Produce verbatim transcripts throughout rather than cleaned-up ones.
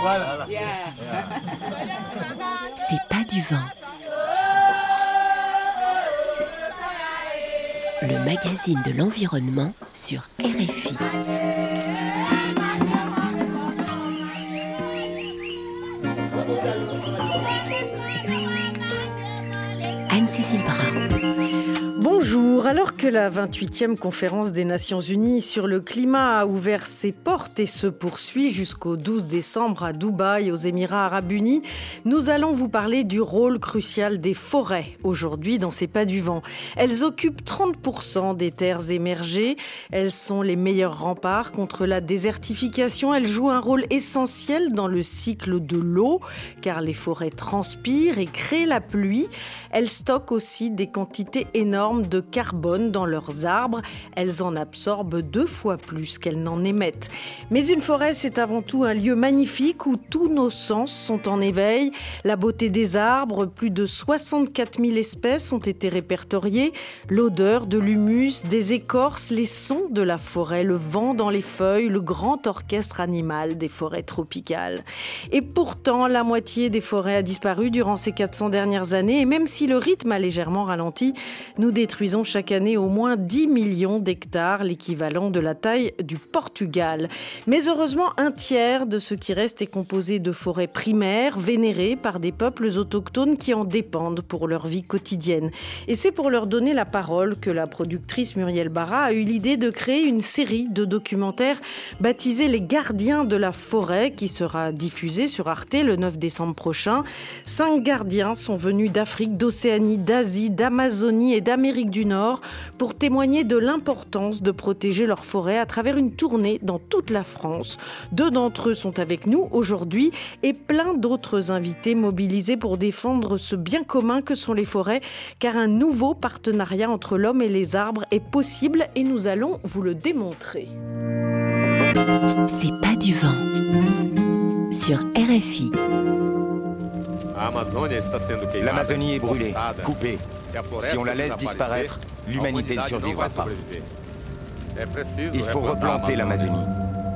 Voilà. C'est pas du vent. Le magazine de l'environnement sur R F I. Anne-Cécile Bras. Bonjour, alors que la vingt-huitième conférence des Nations Unies sur le climat a ouvert ses portes et se poursuit jusqu'au douze décembre à Dubaï, aux Émirats Arabes Unis, nous allons vous parler du rôle crucial des forêts aujourd'hui dans C'est pas du vent. Elles occupent trente pour cent des terres émergées, elles sont les meilleurs remparts contre la désertification, elles jouent un rôle essentiel dans le cycle de l'eau car les forêts transpirent et créent la pluie. Elles stockent aussi des quantités énormes de carbone dans leurs arbres. Elles en absorbent deux fois plus qu'elles n'en émettent. Mais une forêt, c'est avant tout un lieu magnifique où tous nos sens sont en éveil. La beauté des arbres, plus de soixante-quatre mille espèces ont été répertoriées. L'odeur de l'humus, des écorces, les sons de la forêt, le vent dans les feuilles, le grand orchestre animal des forêts tropicales. Et pourtant, la moitié des forêts a disparu durant ces quatre cents dernières années. Et même si le rythme a légèrement ralenti, nous détruisons chaque année au moins dix millions d'hectares, l'équivalent de la taille du Portugal. Mais heureusement, un tiers de ce qui reste est composé de forêts primaires, vénérées par des peuples autochtones qui en dépendent pour leur vie quotidienne. Et c'est pour leur donner la parole que la productrice Muriel Barra a eu l'idée de créer une série de documentaires baptisés Les Gardiens de la forêt, qui sera diffusée sur Arte le neuf décembre prochain. Cinq gardiens sont venus d'Afrique, d'Océanie, d'Asie, d'Amazonie et d'Amérique du Nord pour témoigner de l'importance de protéger leurs forêts à travers une tournée dans toute la France. Deux d'entre eux sont avec nous aujourd'hui et plein d'autres invités mobilisés pour défendre ce bien commun que sont les forêts, car un nouveau partenariat entre l'homme et les arbres est possible et nous allons vous le démontrer. C'est pas du vent sur R F I. L'Amazonie est brûlée, coupée. Si on la laisse disparaître, l'humanité ne survivra pas. Il faut replanter l'Amazonie.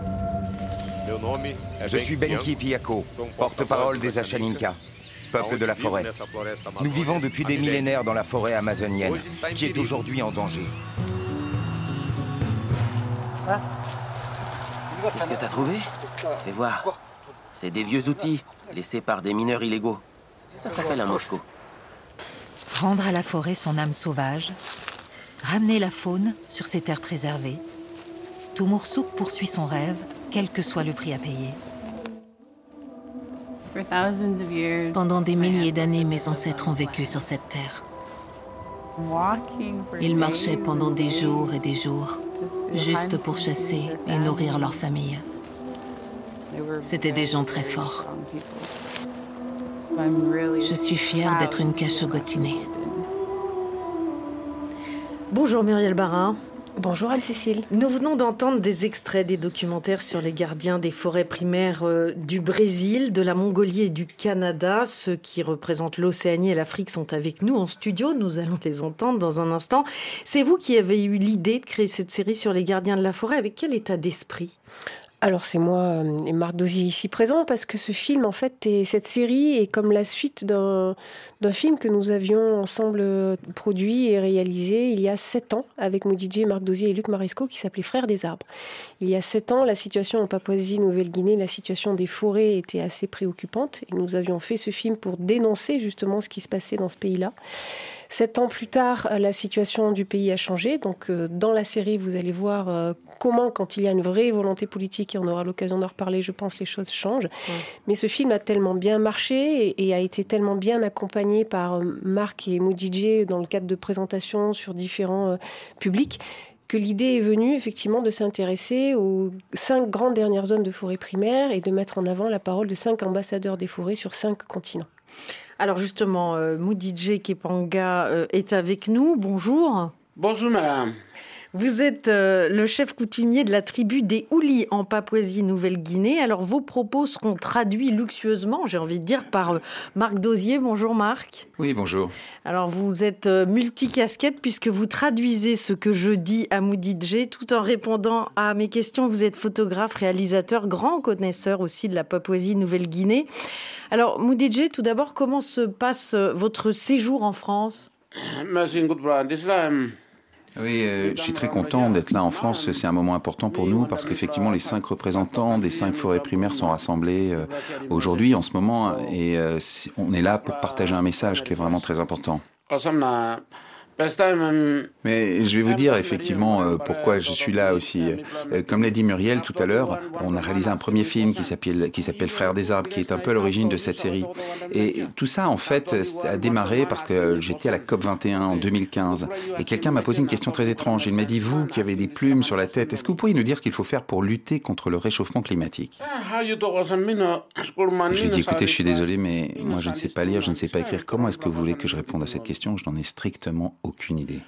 Je suis Benki Piako, porte-parole des Achaninka, peuple de la forêt. Nous vivons depuis des millénaires dans la forêt amazonienne, qui est aujourd'hui en danger. Qu'est-ce que t'as trouvé? Fais voir. C'est des vieux outils, laissés par des mineurs illégaux. Ça s'appelle un mosco. Rendre à la forêt son âme sauvage, ramener la faune sur ses terres préservées. Tumursouk poursuit son rêve, quel que soit le prix à payer. Pendant des milliers d'années, mes ancêtres ont vécu sur cette terre. Ils marchaient pendant des jours et des jours, juste pour chasser et nourrir leur famille. C'étaient des gens très forts. Je suis fière d'être une Cachogotine. Bonjour Muriel Barra. Bonjour Anne-Cécile. Nous venons d'entendre des extraits des documentaires sur les gardiens des forêts primaires euh, du Brésil, de la Mongolie et du Canada. Ceux qui représentent l'Océanie et l'Afrique sont avec nous en studio. Nous allons les entendre dans un instant. C'est vous qui avez eu l'idée de créer cette série sur les gardiens de la forêt. Avec quel état d'esprit ? Alors c'est moi et Marc Dosier ici présent parce que ce film en fait et cette série est comme la suite d'un, d'un film que nous avions ensemble produit et réalisé il y a sept ans avec Mudijé, Marc Dosier et Luc Marisco qui s'appelait Frères des arbres. Il y a sept ans, la situation en Papouasie-Nouvelle-Guinée, la situation des forêts était assez préoccupante et nous avions fait ce film pour dénoncer justement ce qui se passait dans ce pays-là. Sept ans plus tard, la situation du pays a changé. Donc, euh, dans la série, vous allez voir euh, comment, quand il y a une vraie volonté politique, et on aura l'occasion d'en reparler, je pense, les choses changent. Ouais. Mais ce film a tellement bien marché et, et a été tellement bien accompagné par euh, Marc et Mudijé dans le cadre de présentations sur différents euh, publics que l'idée est venue effectivement de s'intéresser aux cinq grandes dernières zones de forêt primaire et de mettre en avant la parole de cinq ambassadeurs des forêts sur cinq continents. Alors justement, euh, Mudijé Kepanga euh, est avec nous. Bonjour. Bonjour madame. Vous êtes euh, le chef coutumier de la tribu des Ouli en Papouasie-Nouvelle-Guinée. Alors vos propos seront traduits luxueusement, j'ai envie de dire, par euh, Marc Dauzier. Bonjour Marc. Oui, bonjour. Alors vous êtes euh, multicasquette puisque vous traduisez ce que je dis à Mudidje tout en répondant à mes questions. Vous êtes photographe, réalisateur, grand connaisseur aussi de la Papouasie-Nouvelle-Guinée. Alors Mudidje, tout d'abord, comment se passe euh, votre séjour en France ? Oui, euh, je suis très content d'être là en France. C'est un moment important pour nous parce qu'effectivement, les cinq représentants des cinq forêts primaires sont rassemblés euh, aujourd'hui, en ce moment, et euh, on est là pour partager un message qui est vraiment très important. Mais je vais vous dire effectivement euh, pourquoi je suis là aussi. Euh, comme l'a dit Muriel tout à l'heure, on a réalisé un premier film qui s'appelle, qui s'appelle Frères des arbres, qui est un peu à l'origine de cette série. Et tout ça, en fait, a démarré parce que j'étais à la COP vingt et un en deux mille quinze. Et quelqu'un m'a posé une question très étrange. Il m'a dit, vous qui avez des plumes sur la tête, est-ce que vous pourriez nous dire ce qu'il faut faire pour lutter contre le réchauffement climatique ? J'ai dit, écoutez, je suis désolé, mais moi je ne sais pas lire, je ne sais pas écrire. Comment est-ce que vous voulez que je réponde à cette question ? Je n'en ai strictement aucune idée.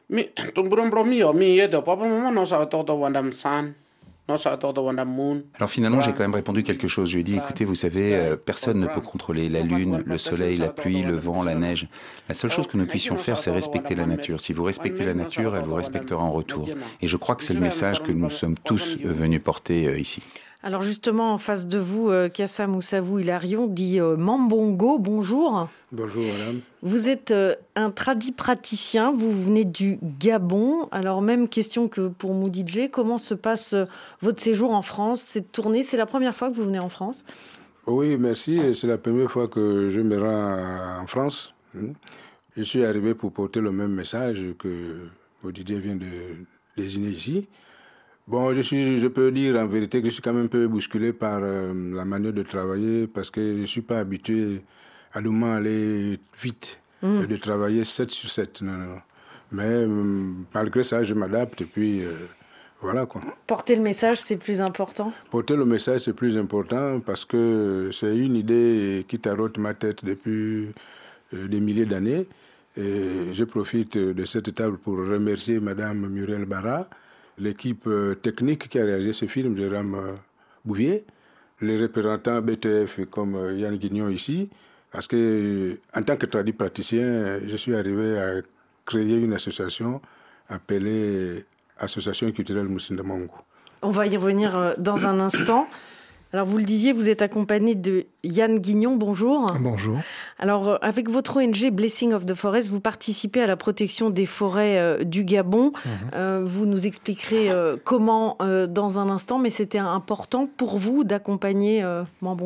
Alors finalement, j'ai quand même répondu quelque chose. Je lui ai dit, écoutez, vous savez, euh, personne ne peut contrôler la lune, le soleil, la pluie, le vent, la neige. La seule chose que nous puissions faire, c'est respecter la nature. Si vous respectez la nature, elle vous respectera en retour. Et je crois que c'est le message que nous sommes tous venus porter euh, ici. Alors justement, en face de vous, euh, Kassa Moussavou Hilarion dit euh, Mambongo, bonjour. Bonjour madame. Vous êtes euh, un tradit praticien, vous venez du Gabon. Alors même question que pour Mudidje, comment se passe euh, votre séjour en France, cette tournée ? C'est la première fois que vous venez en France ? Oui, merci. C'est la première fois que je me rends en France. Je suis arrivé pour porter le même message que Mudidje vient de désigner ici. Bon, je, suis, je peux dire en vérité que je suis quand même un peu bousculé par euh, la manière de travailler parce que je ne suis pas habitué à nous aller vite mmh. et de travailler sept sur sept. Non, non. Mais euh, malgré ça, je m'adapte et puis euh, voilà quoi. Porter le message, c'est plus important ? Porter le message, c'est plus important parce que c'est une idée qui tarote ma tête depuis euh, des milliers d'années. Et je profite de cette table pour remercier Madame Muriel Barra, l'équipe technique qui a réalisé ce film, Jérôme Bouvier, les représentants B T F comme Yann Guignon ici, parce que en tant que traduit praticien, je suis arrivé à créer une association appelée Association culturelle Moussindamongo. On va y revenir dans un instant. Alors vous le disiez, vous êtes accompagné de Yann Guignon, bonjour. Bonjour. Alors avec votre O N G Blessing of the Forest, vous participez à la protection des forêts euh, du Gabon. Mmh. Euh, vous nous expliquerez euh, comment euh, dans un instant, mais c'était important pour vous d'accompagner euh, Mambongo ?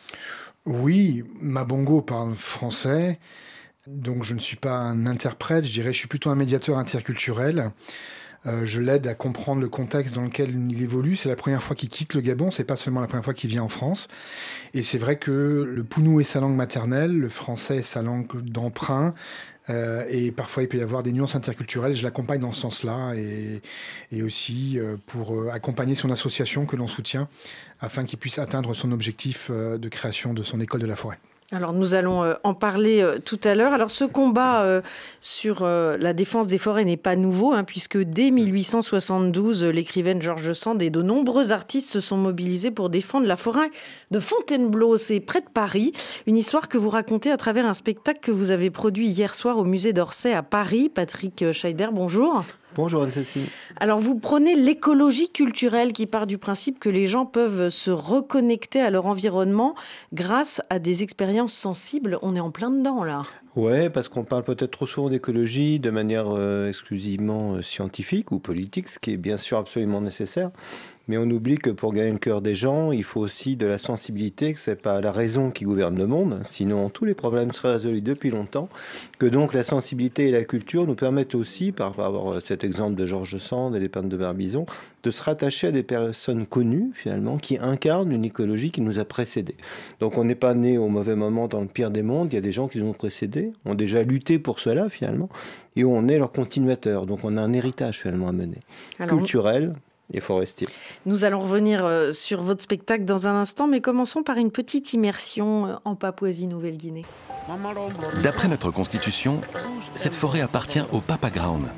Oui, Mambongo parle français, donc je ne suis pas un interprète, je dirais je suis plutôt un médiateur interculturel. Euh, je l'aide à comprendre le contexte dans lequel il évolue. C'est la première fois qu'il quitte le Gabon, c'est pas seulement la première fois qu'il vient en France. Et c'est vrai que le pounou est sa langue maternelle, le français est sa langue d'emprunt. Euh, et parfois, il peut y avoir des nuances interculturelles. Je l'accompagne dans ce sens-là et, et aussi euh, pour euh, accompagner son association que l'on soutient afin qu'il puisse atteindre son objectif euh, de création de son école de la forêt. Alors nous allons euh, en parler euh, tout à l'heure. Alors ce combat euh, sur euh, la défense des forêts n'est pas nouveau, hein, puisque dès mille huit cent soixante-douze, euh, l'écrivaine George Sand et de nombreux artistes se sont mobilisés pour défendre la forêt de Fontainebleau, c'est près de Paris. Une histoire que vous racontez à travers un spectacle que vous avez produit hier soir au musée d'Orsay à Paris. Patrick Scheider, bonjour. Bonjour Anne-Cécile. Alors vous prenez l'écologie culturelle qui part du principe que les gens peuvent se reconnecter à leur environnement grâce à des expériences sensibles. On est en plein dedans là. Ouais, parce qu'on parle peut-être trop souvent d'écologie de manière euh, exclusivement euh, scientifique ou politique, ce qui est bien sûr absolument nécessaire. Mais on oublie que pour gagner le cœur des gens, il faut aussi de la sensibilité, que ce n'est pas la raison qui gouverne le monde, sinon tous les problèmes seraient résolus depuis longtemps, que donc la sensibilité et la culture nous permettent aussi, par rapport à cet exemple de George Sand et les peintres de Barbizon, de se rattacher à des personnes connues, finalement, qui incarnent une écologie qui nous a précédés. Donc on n'est pas né au mauvais moment dans le pire des mondes, il y a des gens qui nous ont précédés, ont déjà lutté pour cela, finalement, et on est leur continuateur. Donc on a un héritage, finalement, à mener, Alors, culturel et forestier. Nous allons revenir euh, sur votre spectacle dans un instant, mais commençons par une petite immersion euh, en Papouasie-Nouvelle-Guinée. D'après notre constitution, cette forêt appartient au Papa Ground,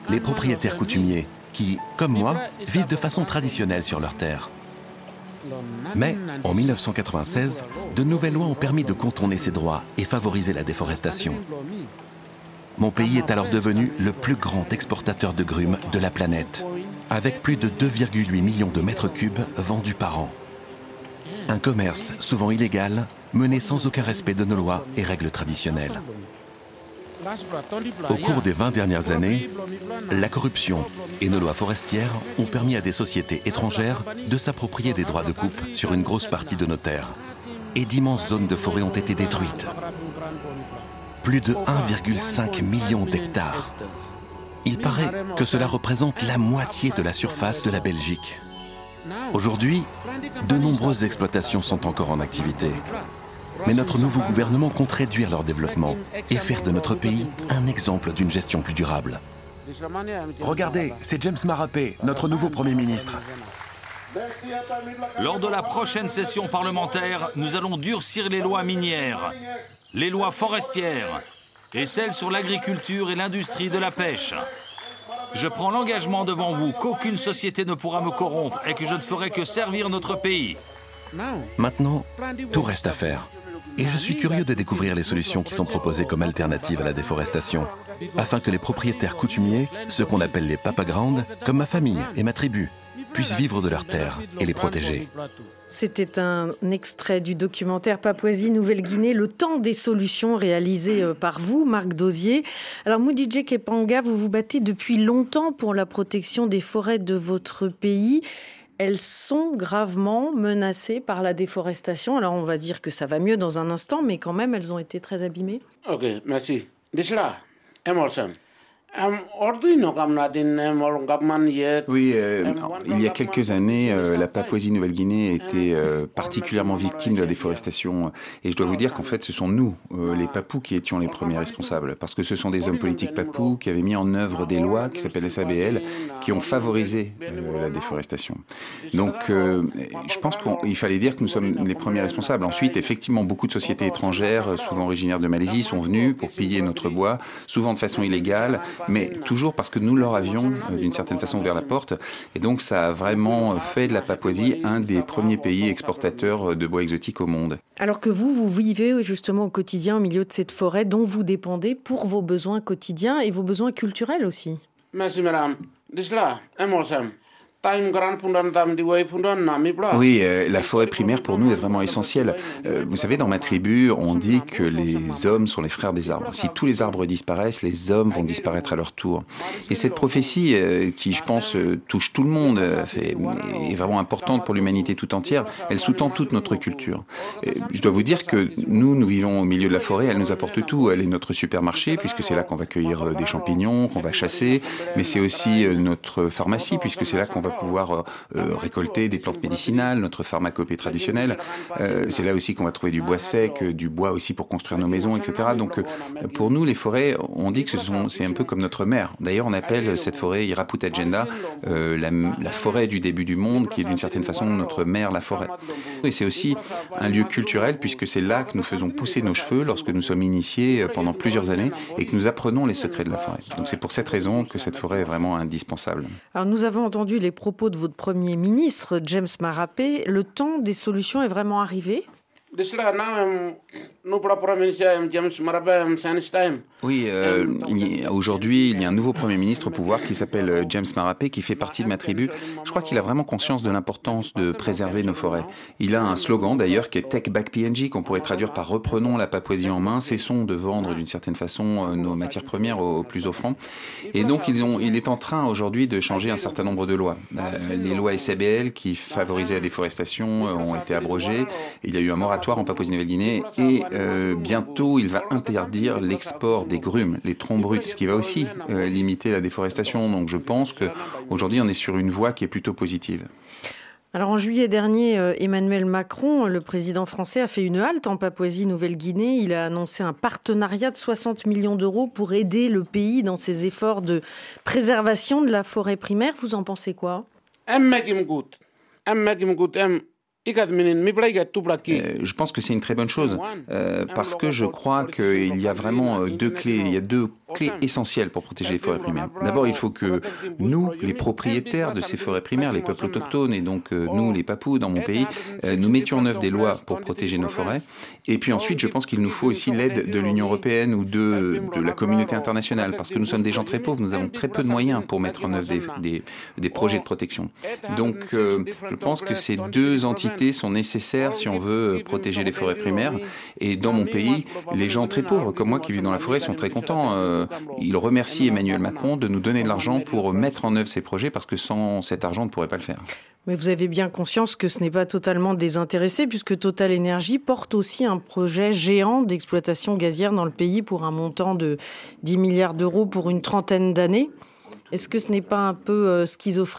les propriétaires coutumiers qui, comme moi, vivent de façon traditionnelle sur leurs terres. Mais, en mille neuf cent quatre-vingt-seize, de nouvelles lois ont permis de contourner ces droits et favoriser la déforestation. Mon pays est alors devenu le plus grand exportateur de grumes de la planète, avec plus de deux virgule huit millions de mètres cubes vendus par an. Un commerce souvent illégal, mené sans aucun respect de nos lois et règles traditionnelles. Au cours des vingt dernières années, la corruption et nos lois forestières ont permis à des sociétés étrangères de s'approprier des droits de coupe sur une grosse partie de nos terres. Et d'immenses zones de forêt ont été détruites. Plus de un virgule cinq million d'hectares. Il paraît que cela représente la moitié de la surface de la Belgique. Aujourd'hui, de nombreuses exploitations sont encore en activité. Mais notre nouveau gouvernement compte réduire leur développement et faire de notre pays un exemple d'une gestion plus durable. Regardez, c'est James Marape, notre nouveau Premier ministre. Lors de la prochaine session parlementaire, nous allons durcir les lois minières, les lois forestières et celles sur l'agriculture et l'industrie de la pêche. Je prends l'engagement devant vous qu'aucune société ne pourra me corrompre et que je ne ferai que servir notre pays. Maintenant, tout reste à faire. Et je suis curieux de découvrir les solutions qui sont proposées comme alternatives à la déforestation, afin que les propriétaires coutumiers, ceux qu'on appelle les papagrounds, comme ma famille et ma tribu, puissent vivre de leurs terres et les protéger. C'était un extrait du documentaire Papouasie-Nouvelle-Guinée, Le temps des solutions, réalisé par vous, Marc Dauzier. Alors, Mudije Kepanga, vous vous battez depuis longtemps pour la protection des forêts de votre pays. Elles sont gravement menacées par la déforestation. Alors, on va dire que ça va mieux dans un instant, mais quand même, elles ont été très abîmées. Ok, merci. Disla, Emerson. Oui, euh, il y a quelques années, euh, la Papouasie-Nouvelle-Guinée était euh, particulièrement victime de la déforestation. Et je dois vous dire qu'en fait, ce sont nous, euh, les Papous, qui étions les premiers responsables. Parce que ce sont des hommes politiques papous qui avaient mis en œuvre des lois qui s'appellent S A B L, qui ont favorisé euh, la déforestation. Donc, euh, je pense qu'il fallait dire que nous sommes les premiers responsables. Ensuite, effectivement, beaucoup de sociétés étrangères, souvent originaires de Malaisie, sont venues pour piller notre bois, souvent de façon illégale, mais toujours parce que nous leur avions, d'une certaine façon, ouvert la porte. Et donc, ça a vraiment fait de la Papouasie un des premiers pays exportateurs de bois exotique au monde. Alors que vous, vous vivez justement au quotidien au milieu de cette forêt dont vous dépendez pour vos besoins quotidiens et vos besoins culturels aussi. Merci, madame. Disla, Emerson. Oui, euh, la forêt primaire pour nous est vraiment essentielle. Euh, vous savez, dans ma tribu, on dit que les hommes sont les frères des arbres. Si tous les arbres disparaissent, les hommes vont disparaître à leur tour. Et cette prophétie, euh, qui je pense euh, touche tout le monde, euh, fait, est vraiment importante pour l'humanité tout entière, elle sous-tend toute notre culture. Et je dois vous dire que nous, nous vivons au milieu de la forêt, elle nous apporte tout. Elle est notre supermarché, puisque c'est là qu'on va cueillir euh, des champignons, qu'on va chasser, mais c'est aussi euh, notre pharmacie, puisque c'est là qu'on va pouvoir euh, récolter des plantes médicinales, notre pharmacopée traditionnelle. Euh, c'est là aussi qu'on va trouver du bois sec, du bois aussi pour construire nos maisons, et cetera. Donc euh, pour nous, les forêts, on dit que ce sont, c'est un peu comme notre mère. D'ailleurs, on appelle cette forêt Iraput-Agenda, euh, la, la forêt du début du monde, qui est d'une certaine façon notre mère, la forêt. Et c'est aussi un lieu culturel, puisque c'est là que nous faisons pousser nos cheveux lorsque nous sommes initiés pendant plusieurs années et que nous apprenons les secrets de la forêt. Donc c'est pour cette raison que cette forêt est vraiment indispensable. Alors nous avons entendu les propos de votre Premier ministre, James Marape. Le temps des solutions est vraiment arrivé ? Oui, euh, il aujourd'hui, il y a un nouveau Premier ministre au pouvoir qui s'appelle James Marape, qui fait partie de ma tribu. Je crois qu'il a vraiment conscience de l'importance de préserver nos forêts. Il a un slogan d'ailleurs qui est Take Back P N G, qu'on pourrait traduire par Reprenons la Papouasie en main, cessons de vendre d'une certaine façon nos matières premières aux plus offrants. Et donc, ils ont, il est en train aujourd'hui de changer un certain nombre de lois. Euh, les lois S A B L qui favorisaient la déforestation ont été abrogées. Il y a eu un moratoire en Papouasie-Nouvelle-Guinée et euh, bientôt il va interdire l'export des grumes, les troncs bruts, ce qui va aussi euh, limiter la déforestation. Donc je pense qu'aujourd'hui on est sur une voie qui est plutôt positive. Alors en juillet dernier, Emmanuel Macron, le président français, a fait une halte en Papouasie-Nouvelle-Guinée. Il a annoncé un partenariat de soixante millions d'euros pour aider le pays dans ses efforts de préservation de la forêt primaire. Vous en pensez quoi ? Euh, je pense que c'est une très bonne chose euh, parce que je crois qu'il y a vraiment deux clés, il y a deux clé essentielle pour protéger les forêts primaires. D'abord, il faut que nous, les propriétaires de ces forêts primaires, les peuples autochtones et donc euh, nous, les Papous dans mon pays, euh, nous mettions en œuvre des lois pour protéger nos forêts. Et puis ensuite, je pense qu'il nous faut aussi l'aide de l'Union européenne ou de, de la communauté internationale, parce que nous sommes des gens très pauvres, nous avons très peu de moyens pour mettre en œuvre des, des, des projets de protection. Donc, euh, je pense que ces deux entités sont nécessaires si on veut protéger les forêts primaires. Et dans mon pays, les gens très pauvres comme moi qui vivent dans la forêt sont très contents. Euh, ils remercient Emmanuel Macron de nous donner de l'argent pour mettre en œuvre ces projets, parce que sans cet argent, on ne pourrait pas le faire. Mais vous avez bien conscience que ce n'est pas totalement désintéressé, puisque Total Energy porte aussi un projet géant d'exploitation gazière dans le pays pour un montant de dix milliards d'euros pour une trentaine d'années. Est-ce que ce n'est pas un peu euh, schizophrénique ?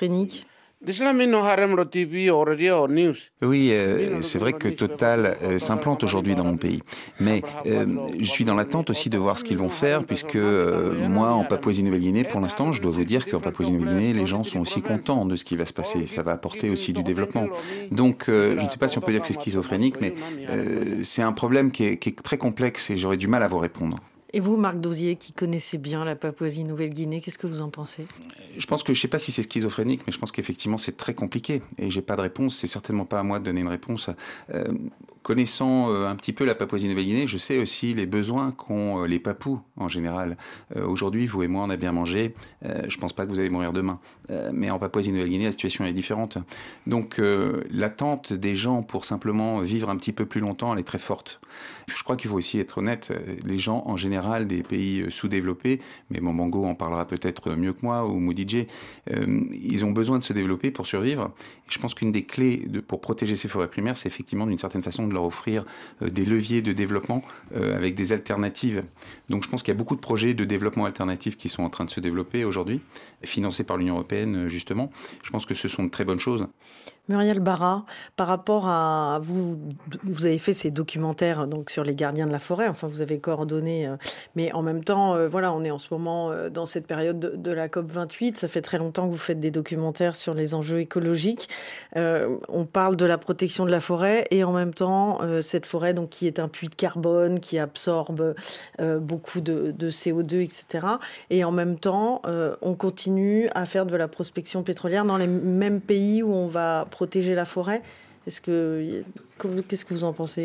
Oui, euh, c'est vrai que Total euh, s'implante aujourd'hui dans mon pays. Mais euh, je suis dans l'attente aussi de voir ce qu'ils vont faire, puisque euh, moi, en Papouasie-Nouvelle-Guinée, pour l'instant, je dois vous dire qu'en Papouasie-Nouvelle-Guinée, les gens sont aussi contents de ce qui va se passer. Ça va apporter aussi du développement. Donc, euh, je ne sais pas si on peut dire que c'est schizophrénique, mais euh, c'est un problème qui est, qui est très complexe et j'aurais du mal à vous répondre. Et vous, Marc Dauzier, qui connaissez bien la Papouasie-Nouvelle-Guinée, qu'est-ce que vous en pensez ? Je pense que, je ne sais pas si c'est schizophrénique, mais je pense qu'effectivement c'est très compliqué. Et je n'ai pas de réponse, c'est certainement pas à moi de donner une réponse. Euh, connaissant euh, un petit peu la Papouasie-Nouvelle-Guinée, je sais aussi les besoins qu'ont euh, les Papous en général. Euh, aujourd'hui, vous et moi, on a bien mangé. Euh, je ne pense pas que vous allez mourir demain. Euh, mais en Papouasie-Nouvelle-Guinée, la situation est différente. Donc euh, l'attente des gens pour simplement vivre un petit peu plus longtemps, elle est très forte. Je crois qu'il faut aussi être honnête. Les gens, en général, des pays sous-développés, mais Mobango en parlera peut-être mieux que moi, ou Moudidje, euh, ils ont besoin de se développer pour survivre. Et je pense qu'une des clés de, pour protéger ces forêts primaires, c'est effectivement d'une certaine façon de leur offrir euh, des leviers de développement euh, avec des alternatives. Donc je pense qu'il y a beaucoup de projets de développement alternatifs qui sont en train de se développer aujourd'hui, financés par l'Union européenne justement. Je pense que ce sont de très bonnes choses. Muriel Barra, par rapport à vous, vous avez fait ces documentaires donc sur les gardiens de la forêt. Enfin, vous avez coordonné, euh, mais en même temps, euh, voilà, on est en ce moment euh, dans cette période de, de la COP vingt-huit. Ça fait très longtemps que vous faites des documentaires sur les enjeux écologiques. Euh, on parle de la protection de la forêt et en même temps, euh, cette forêt donc qui est un puits de carbone, qui absorbe euh, beaucoup de, de C O deux, et cetera. Et en même temps, euh, on continue à faire de la prospection pétrolière dans les mêmes pays où on va protéger la forêt. Est-ce que, qu'est-ce que vous en pensez ?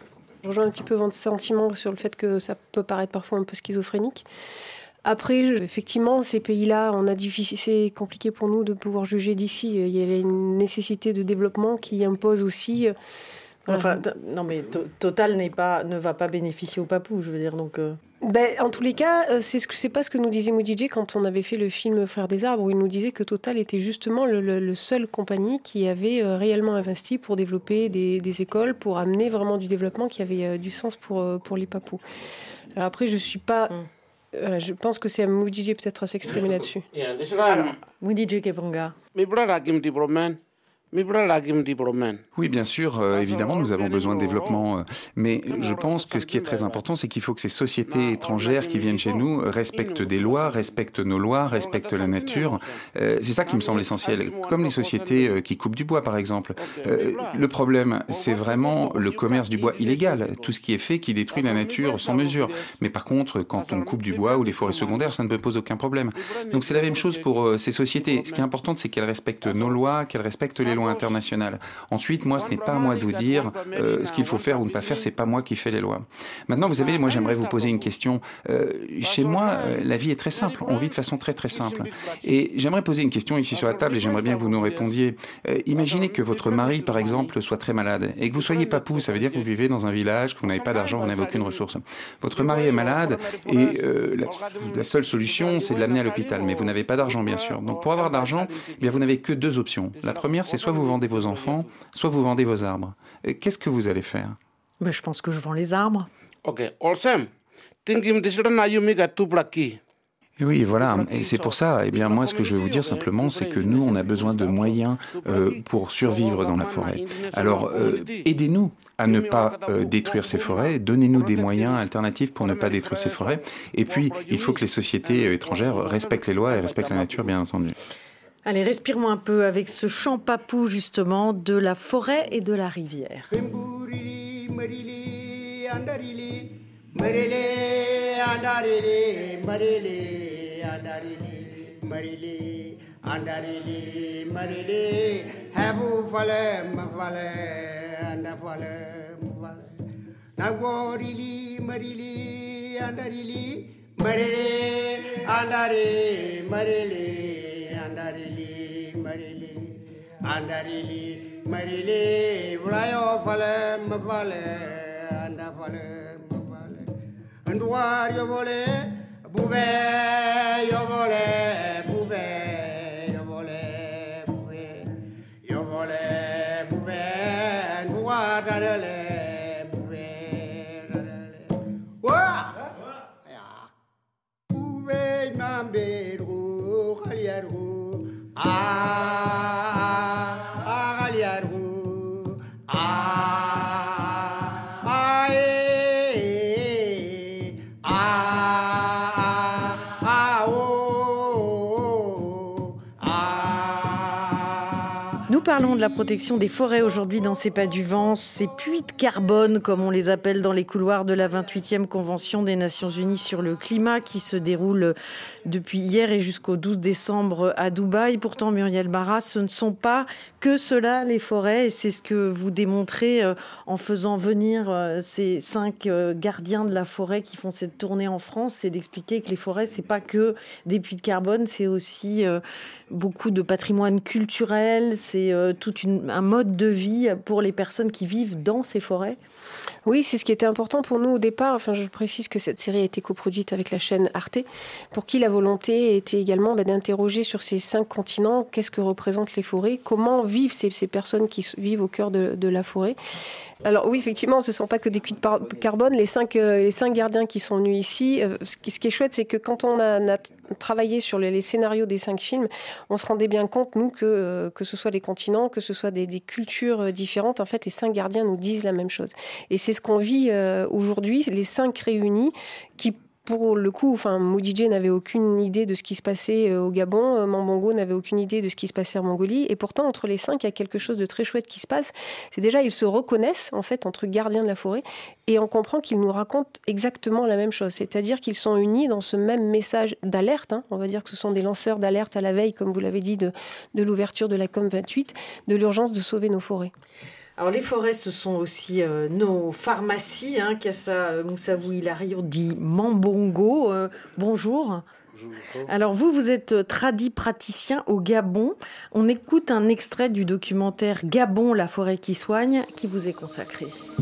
Je rejoins un petit peu votre sentiment sur le fait que ça peut paraître parfois un peu schizophrénique. Après, effectivement, ces pays-là, on a difficile, c'est compliqué pour nous de pouvoir juger d'ici. Il y a une nécessité de développement qui impose aussi... Voilà. Enfin, non mais Total n'est pas, ne va pas bénéficier aux Papous, je veux dire, donc... Euh... Ben, en tous les cas, c'est, ce que, c'est pas ce que nous disait Moudidje quand on avait fait le film Frères des Arbres, où il nous disait que Total était justement le, le, le seul compagnie qui avait euh, réellement investi pour développer des, des écoles, pour amener vraiment du développement qui avait euh, du sens pour, euh, pour les Papous. Alors après, je suis pas... Mm. Voilà, je pense que c'est à Moudidje peut-être à s'exprimer là-dessus. Moudidje Kebonga. Oui, bien sûr, euh, évidemment, nous avons besoin de développement. Euh, mais je pense que ce qui est très important, c'est qu'il faut que ces sociétés étrangères qui viennent chez nous respectent des lois, respectent nos lois, respectent la nature. Euh, c'est ça qui me semble essentiel. Comme les sociétés euh, qui coupent du bois, par exemple. Euh, le problème, c'est vraiment le commerce du bois illégal. Tout ce qui est fait qui détruit la nature sans mesure. Mais par contre, quand on coupe du bois ou les forêts secondaires, ça ne pose aucun problème. Donc c'est la même chose pour euh, ces sociétés. Ce qui est important, c'est qu'elles respectent nos lois, qu'elles respectent les lois internationales. Ensuite, moi, ce n'est pas à moi de vous dire euh, ce qu'il faut faire ou ne pas faire, c'est pas moi qui fais les lois. Maintenant, vous savez, moi, j'aimerais vous poser une question. Euh, chez moi, euh, la vie est très simple. On vit de façon très, très simple. Et j'aimerais poser une question ici sur la table et j'aimerais bien que vous nous répondiez. Euh, imaginez que votre mari, par exemple, soit très malade et que vous soyez papou. Ça veut dire que vous vivez dans un village, que vous n'avez pas d'argent, vous n'avez aucune ressource. Votre mari est malade et euh, la, la seule solution, c'est de l'amener à l'hôpital. Mais vous n'avez pas d'argent, bien sûr. Donc, pour avoir d'argent, eh bien, vous n'avez que deux options. La première, c'est soit vous vendez vos enfants, soit vous vendez vos arbres. Qu'est-ce que vous allez faire ? Ben, je pense que je vends les arbres. Ok, awesome. Thinking this little Nayumi two blacky. Et oui, voilà. Et c'est pour ça, eh bien, moi, ce que je vais vous dire simplement, c'est que nous, on a besoin de moyens euh, pour survivre dans la forêt. Alors, euh, aidez-nous à ne pas euh, détruire ces forêts, donnez-nous des moyens alternatifs pour ne pas détruire ces forêts. Et puis, il faut que les sociétés euh, étrangères respectent les lois et respectent la nature, bien entendu. Allez, respirons un peu avec ce chant papou, justement, de la forêt et de la rivière. Marile, andarile, marile, andarile, marile, andarile, marile, habu fale, mafale, andafale, mafale. Nagorili, marile, andarile, marile, andarile, marile, andarile, marile, andarile, marile, vlayo fale, mafale, andafale. Ndouar yo volé, boubé yo volé, boubé yo volé, boubé yo volé, boubé ndouar dadale, boubé dadale. Wa, boubé mamberu, khaliaru, ah ah khaliaru, ah. Nous parlons de la protection des forêts aujourd'hui dans C'est pas du vent, ces puits de carbone comme on les appelle dans les couloirs de la vingt-huitième Convention des Nations Unies sur le climat qui se déroule depuis hier et jusqu'au douze décembre à Dubaï. Pourtant, Muriel Barra, ce ne sont pas que cela les forêts et c'est ce que vous démontrez en faisant venir ces cinq gardiens de la forêt qui font cette tournée en France, c'est d'expliquer que les forêts, c'est pas que des puits de carbone, c'est aussi beaucoup de patrimoine culturel, c'est euh, tout une, un mode de vie pour les personnes qui vivent dans ces forêts. Oui, c'est ce qui était important pour nous au départ. Enfin, je précise que cette série a été coproduite avec la chaîne Arte, pour qui la volonté était également bah, d'interroger sur ces cinq continents, qu'est-ce que représentent les forêts, comment vivent ces, ces personnes qui vivent au cœur de, de la forêt. Alors oui, effectivement, ce ne sont pas que des puits de carbone. Les cinq, euh, les cinq gardiens qui sont venus ici, euh, ce, qui, ce qui est chouette, c'est que quand on a, on a travaillé sur les, les scénarios des cinq films, on se rendait bien compte, nous, que, euh, que ce soit les continents, que ce soit des, des cultures différentes, en fait, les cinq gardiens nous disent la même chose. Et c'est ce qu'on vit euh, aujourd'hui, les cinq réunis, qui pour le coup, enfin, Mudije n'avait aucune idée de ce qui se passait au Gabon, Mambongo n'avait aucune idée de ce qui se passait en Mongolie, et pourtant, entre les cinq, il y a quelque chose de très chouette qui se passe. C'est déjà, ils se reconnaissent, en fait, entre gardiens de la forêt, et on comprend qu'ils nous racontent exactement la même chose. C'est-à-dire qu'ils sont unis dans ce même message d'alerte, hein. On va dire que ce sont des lanceurs d'alerte à la veille, comme vous l'avez dit, de, de l'ouverture de la COP vingt-huit, de l'urgence de sauver nos forêts. Alors les forêts, ce sont aussi euh, nos pharmacies. Hein, Kassa Moussavou Hilario dit Mambongo. Euh, bonjour. Bonjour. Alors vous, vous êtes tradi praticien au Gabon. On écoute un extrait du documentaire Gabon, la forêt qui soigne, qui vous est consacré.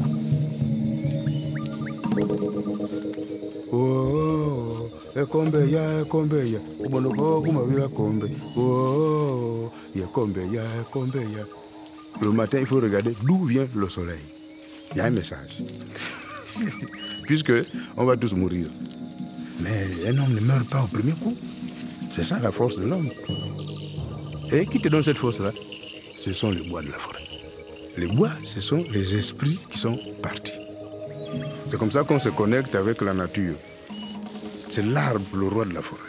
Oh, ekombe ya ekombe ya ubonoko kumabiwa kombe. Oh, ya kombe ya ekombe ya. Le matin, il faut regarder d'où vient le soleil. Il y a un message. Puisque on va tous mourir. Mais un homme ne meurt pas au premier coup. C'est ça la force de l'homme. Et qui te donne cette force-là? Ce sont les bois de la forêt. Les bois, ce sont les esprits qui sont partis. C'est comme ça qu'on se connecte avec la nature. C'est l'arbre, le roi de la forêt.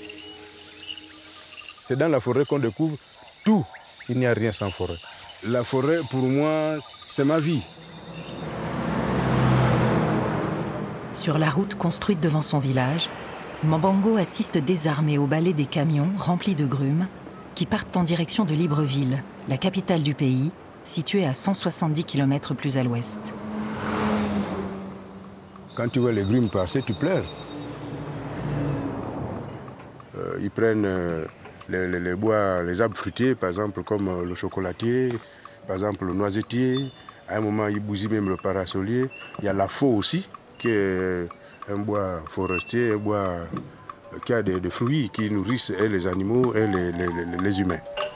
C'est dans la forêt qu'on découvre tout. Il n'y a rien sans forêt. La forêt, pour moi, c'est ma vie. Sur la route construite devant son village, Mambongo assiste désarmé au balai des camions remplis de grumes qui partent en direction de Libreville, la capitale du pays, située à cent soixante-dix kilomètres plus à l'ouest. Quand tu vois les grumes passer, tu pleures. Euh, ils prennent... Euh, Les, les, les bois, les arbres fruitiers, par exemple, comme le chocolatier, par exemple le noisetier. À un moment, il bousille même le parasolier. Il y a la faux aussi, qui est un bois forestier, un bois qui a des, des fruits qui nourrissent et les animaux et les, les, les, les humains.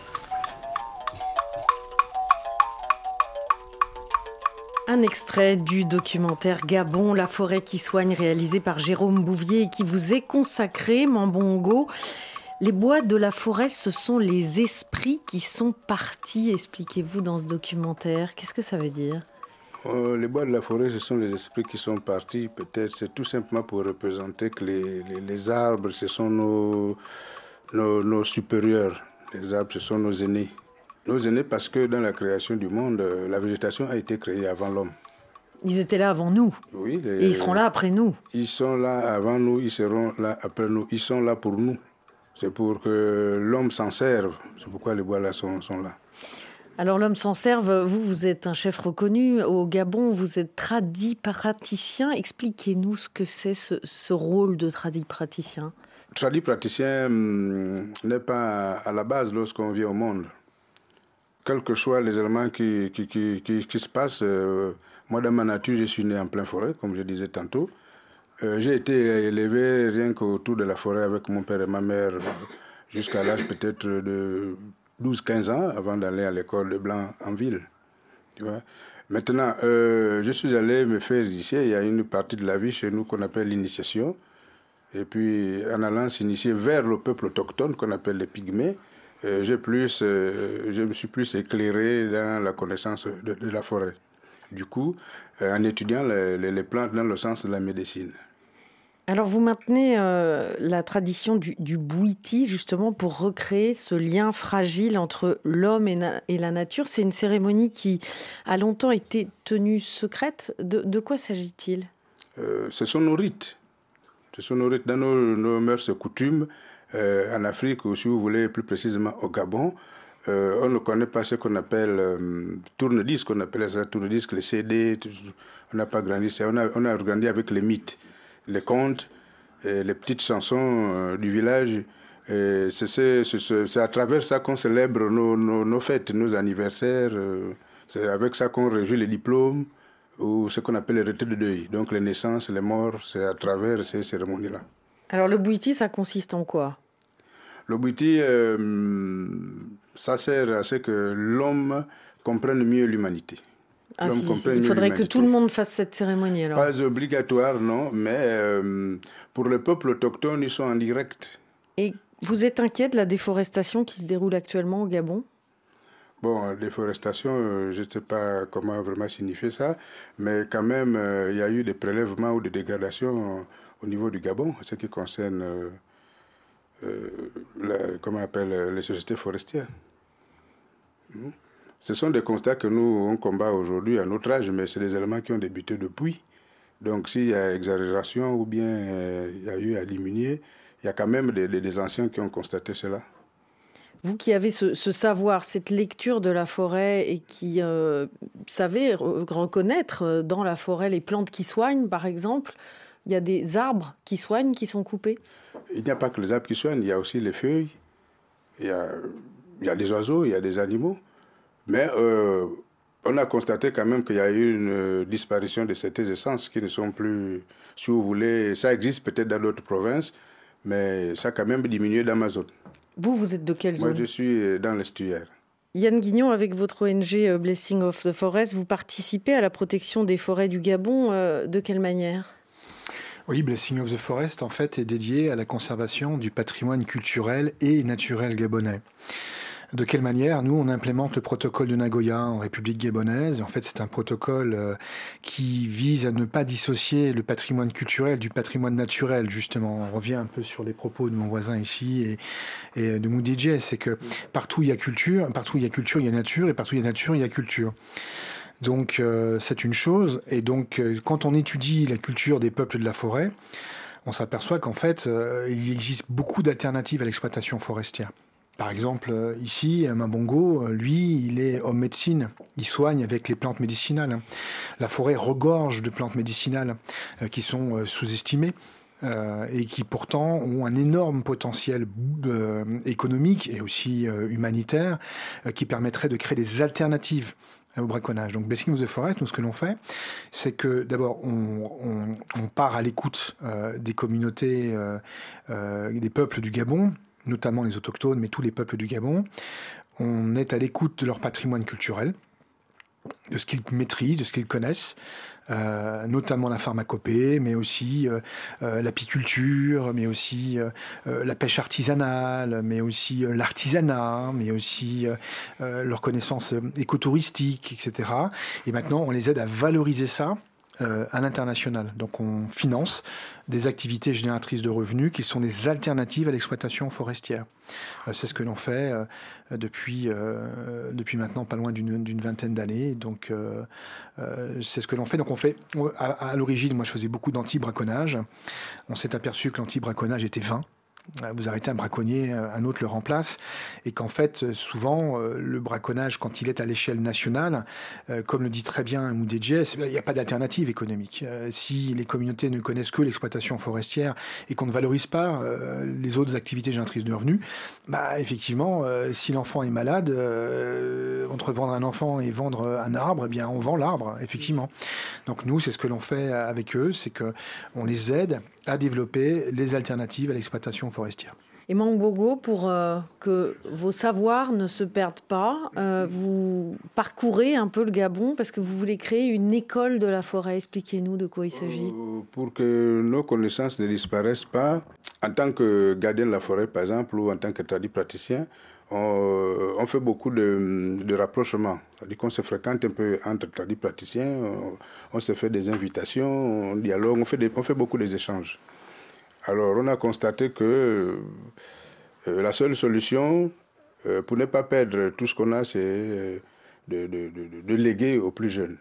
Un extrait du documentaire Gabon, la forêt qui soigne, réalisé par Jérôme Bouvier et qui vous est consacré, Mambongo. Les bois de la forêt, ce sont les esprits qui sont partis, expliquez-vous dans ce documentaire. Qu'est-ce que ça veut dire ? euh, Les bois de la forêt, ce sont les esprits qui sont partis. Peut-être c'est tout simplement pour représenter que les, les, les arbres, ce sont nos, nos, nos supérieurs. Les arbres, ce sont nos aînés. Nos aînés parce que dans la création du monde, la végétation a été créée avant l'homme. Ils étaient là avant nous. Oui. Les, et ils seront là après nous. Ils sont là avant nous, ils seront là après nous. Ils sont là pour nous. C'est pour que l'homme s'en serve. C'est pourquoi les bois là sont, sont là. Alors l'homme s'en serve, vous, vous êtes un chef reconnu. Au Gabon, vous êtes tradipraticien. Expliquez-nous ce que c'est ce, ce rôle de tradipraticien. Tradipraticien hum, n'est pas à la base lorsqu'on vient au monde. Quels que soient les éléments qui, qui, qui, qui, qui se passent, euh, moi dans ma nature, je suis né en pleine forêt, comme je disais tantôt. Euh, j'ai été élevé rien qu'autour de la forêt avec mon père et ma mère jusqu'à l'âge peut-être de douze quinze ans avant d'aller à l'école de Blanc en ville. Tu vois. Maintenant, euh, je suis allé me faire initier. Il y a une partie de la vie chez nous qu'on appelle l'initiation. Et puis, en allant s'initier vers le peuple autochtone qu'on appelle les pygmées, euh, j'ai plus, euh, je me suis plus éclairé dans la connaissance de, de la forêt. Du coup, euh, en étudiant les, les, les plantes dans le sens de la médecine. Alors, vous maintenez euh, la tradition du, du bouiti, justement, pour recréer ce lien fragile entre l'homme et, na- et la nature. C'est une cérémonie qui a longtemps été tenue secrète. De, de quoi s'agit-il ? euh, Ce sont nos rites. Ce sont nos rites dans nos, nos mœurs et coutumes. Euh, en Afrique, ou si vous voulez, plus précisément au Gabon, euh, on ne connaît pas ce qu'on appelle euh, tourne-disque, on appelle ça tourne-disque, les C D, tout, on n'a pas grandi, on a, on a grandi avec les mythes, les contes, et les petites chansons euh, du village. Et c'est, c'est, c'est, c'est à travers ça qu'on célèbre nos, nos, nos fêtes, nos anniversaires, euh, c'est avec ça qu'on réjouit les diplômes, ou ce qu'on appelle les retraites de deuil. Donc les naissances, les morts, c'est à travers ces cérémonies-là. Alors le bouiti, ça consiste en quoi ? Le bouiti, euh, ça sert à ce que l'homme comprenne mieux l'humanité. Ah, si, si, il faudrait que tout le monde fasse cette cérémonie alors. Pas obligatoire, non, mais euh, pour le peuple autochtone, ils sont en direct. Et vous êtes inquiet de la déforestation qui se déroule actuellement au Gabon ? Bon, déforestation, euh, je ne sais pas comment vraiment signifier ça, mais quand même, euh, il y a eu des prélèvements ou des dégradations euh, au niveau du Gabon, ce qui concerne, euh, euh, la, comment on appelle, les sociétés forestières. Mmh. Ce sont des constats que nous, on combat aujourd'hui à notre âge, mais c'est des éléments qui ont débuté depuis. Donc s'il y a exagération ou bien euh, il y a eu à diminuer, il y a quand même des, des, des anciens qui ont constaté cela. Vous qui avez ce, ce savoir, cette lecture de la forêt et qui euh, savez re- reconnaître dans la forêt les plantes qui soignent, par exemple, il y a des arbres qui soignent, qui sont coupés ? Il n'y a pas que les arbres qui soignent, il y a aussi les feuilles, il y a, il y a des oiseaux, il y a des animaux. Mais euh, on a constaté quand même qu'il y a eu une disparition de certaines essences qui ne sont plus, si vous voulez, ça existe peut-être dans d'autres provinces, mais ça a quand même diminué dans ma zone. Vous, vous êtes de quelle zone ? Moi, je suis dans l'estuaire. Yann Guignon, avec votre O N G Blessing of the Forest, vous participez à la protection des forêts du Gabon. Euh, de quelle manière ? Oui, Blessing of the Forest, en fait, est dédié à la conservation du patrimoine culturel et naturel gabonais. De quelle manière ? Nous, on implémente le protocole de Nagoya en République gabonaise. Et en fait, c'est un protocole euh, qui vise à ne pas dissocier le patrimoine culturel du patrimoine naturel, justement. On revient un peu sur les propos de mon voisin ici et, et de Moudidje. C'est que partout il y a culture, partout il y a culture, il y a nature, et partout il y a nature, il y a culture. Donc, euh, c'est une chose. Et donc, euh, quand on étudie la culture des peuples de la forêt, on s'aperçoit qu'en fait, euh, il existe beaucoup d'alternatives à l'exploitation forestière. Par exemple, ici, Mabongo, lui, il est homme médecine. Il soigne avec les plantes médicinales. La forêt regorge de plantes médicinales euh, qui sont euh, sous-estimées euh, et qui pourtant ont un énorme potentiel euh, économique et aussi euh, humanitaire euh, qui permettrait de créer des alternatives au braconnage. Donc, Blessing of the Forest, nous, ce que l'on fait, c'est que d'abord, on, on, on part à l'écoute euh, des communautés, euh, euh, des peuples du Gabon, notamment les autochtones, mais tous les peuples du Gabon. On est à l'écoute de leur patrimoine culturel, de ce qu'ils maîtrisent, de ce qu'ils connaissent, euh, notamment la pharmacopée, mais aussi euh, euh, l'apiculture, mais aussi euh, euh, la pêche artisanale, mais aussi euh, l'artisanat, mais aussi euh, euh, leurs connaissances écotouristique, et cetera. Et maintenant, on les aide à valoriser ça euh, à l'international. Donc on finance des activités génératrices de revenus qui sont des alternatives à l'exploitation forestière. Euh, c'est ce que l'on fait euh, depuis, euh, depuis maintenant pas loin d'une, d'une vingtaine d'années. Donc euh, euh, c'est ce que l'on fait. Donc on fait on, à, à l'origine, moi je faisais beaucoup d'anti-braconnage. On s'est aperçu que l'anti-braconnage était vain. Vous arrêtez un braconnier, un autre le remplace, et qu'en fait, souvent, le braconnage, quand il est à l'échelle nationale, comme le dit très bien Moudedje, il n'y a pas d'alternative économique. Si les communautés ne connaissent que l'exploitation forestière et qu'on ne valorise pas les autres activités génératrices de revenus, bah, effectivement, si l'enfant est malade, entre vendre un enfant et vendre un arbre, eh bien, on vend l'arbre, effectivement. Donc nous, c'est ce que l'on fait avec eux, c'est qu'on les aide à développer les alternatives à l'exploitation forestière. Et Mambongo, pour euh, que vos savoirs ne se perdent pas, euh, vous parcourez un peu le Gabon parce que vous voulez créer une école de la forêt. Expliquez-nous de quoi il s'agit. Euh, pour que nos connaissances ne disparaissent pas, en tant que gardien de la forêt, par exemple, ou en tant que tradit praticien, on, on fait beaucoup de, de rapprochements. C'est-à-dire qu'on se fréquente un peu entre tradis praticiens, on, on se fait des invitations, on dialogue, on fait, des, on fait beaucoup des échanges. Alors, on a constaté que euh, la seule solution euh, pour ne pas perdre tout ce qu'on a, c'est euh, de, de, de, de léguer aux plus jeunes.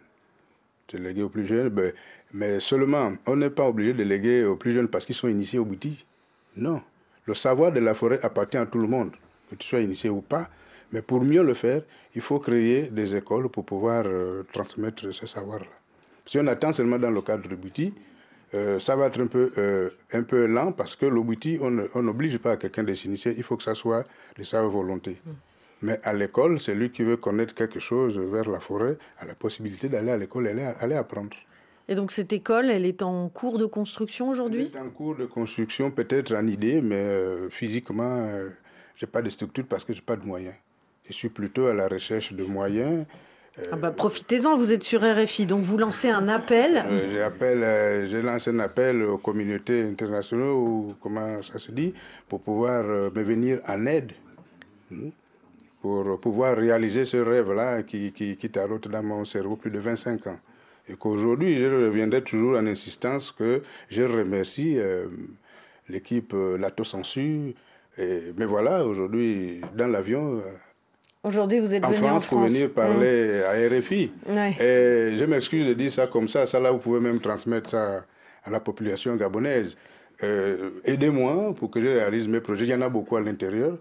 De léguer aux plus jeunes, ben, mais seulement, on n'est pas obligé de léguer aux plus jeunes parce qu'ils sont initiés au bouti. Non. Le savoir de la forêt appartient à tout le monde, que tu sois initié ou pas. Mais pour mieux le faire, il faut créer des écoles pour pouvoir euh, transmettre ce savoir-là. Si on attend seulement dans le cadre du bouti, euh, ça va être un peu, euh, un peu lent parce que le bouti, on n'oblige pas à quelqu'un de s'initier, il faut que ça soit de sa volonté. Mm. Mais à l'école, celui qui veut connaître quelque chose vers la forêt a la possibilité d'aller à l'école et aller, aller apprendre. Et donc cette école, elle est en cours de construction aujourd'hui ? Elle est en cours de construction, peut-être en idée, mais euh, physiquement, euh, je n'ai pas de structure parce que je n'ai pas de moyens. Je suis plutôt à la recherche de moyens. Euh, ah bah, profitez-en, vous êtes sur R F I, donc vous lancez un appel. Euh, j'appelle, euh, j'ai lancé un appel aux communautés internationales, ou comment ça se dit, pour pouvoir euh, me venir en aide, hein, pour pouvoir réaliser ce rêve-là qui, qui, qui taraude dans mon cerveau plus de vingt-cinq ans. Et qu'aujourd'hui, je reviendrai toujours en insistance que je remercie euh, l'équipe euh, Lato-Sensu. Mais voilà, aujourd'hui, dans l'avion... Euh, Aujourd'hui, vous êtes en venu France, en France. pour venir parler mmh. à R F I. Ouais. Et je m'excuse de dire ça comme ça. Ça, là, vous pouvez même transmettre ça à la population gabonaise. Euh, aidez-moi pour que je réalise mes projets. Il y en a beaucoup à l'intérieur.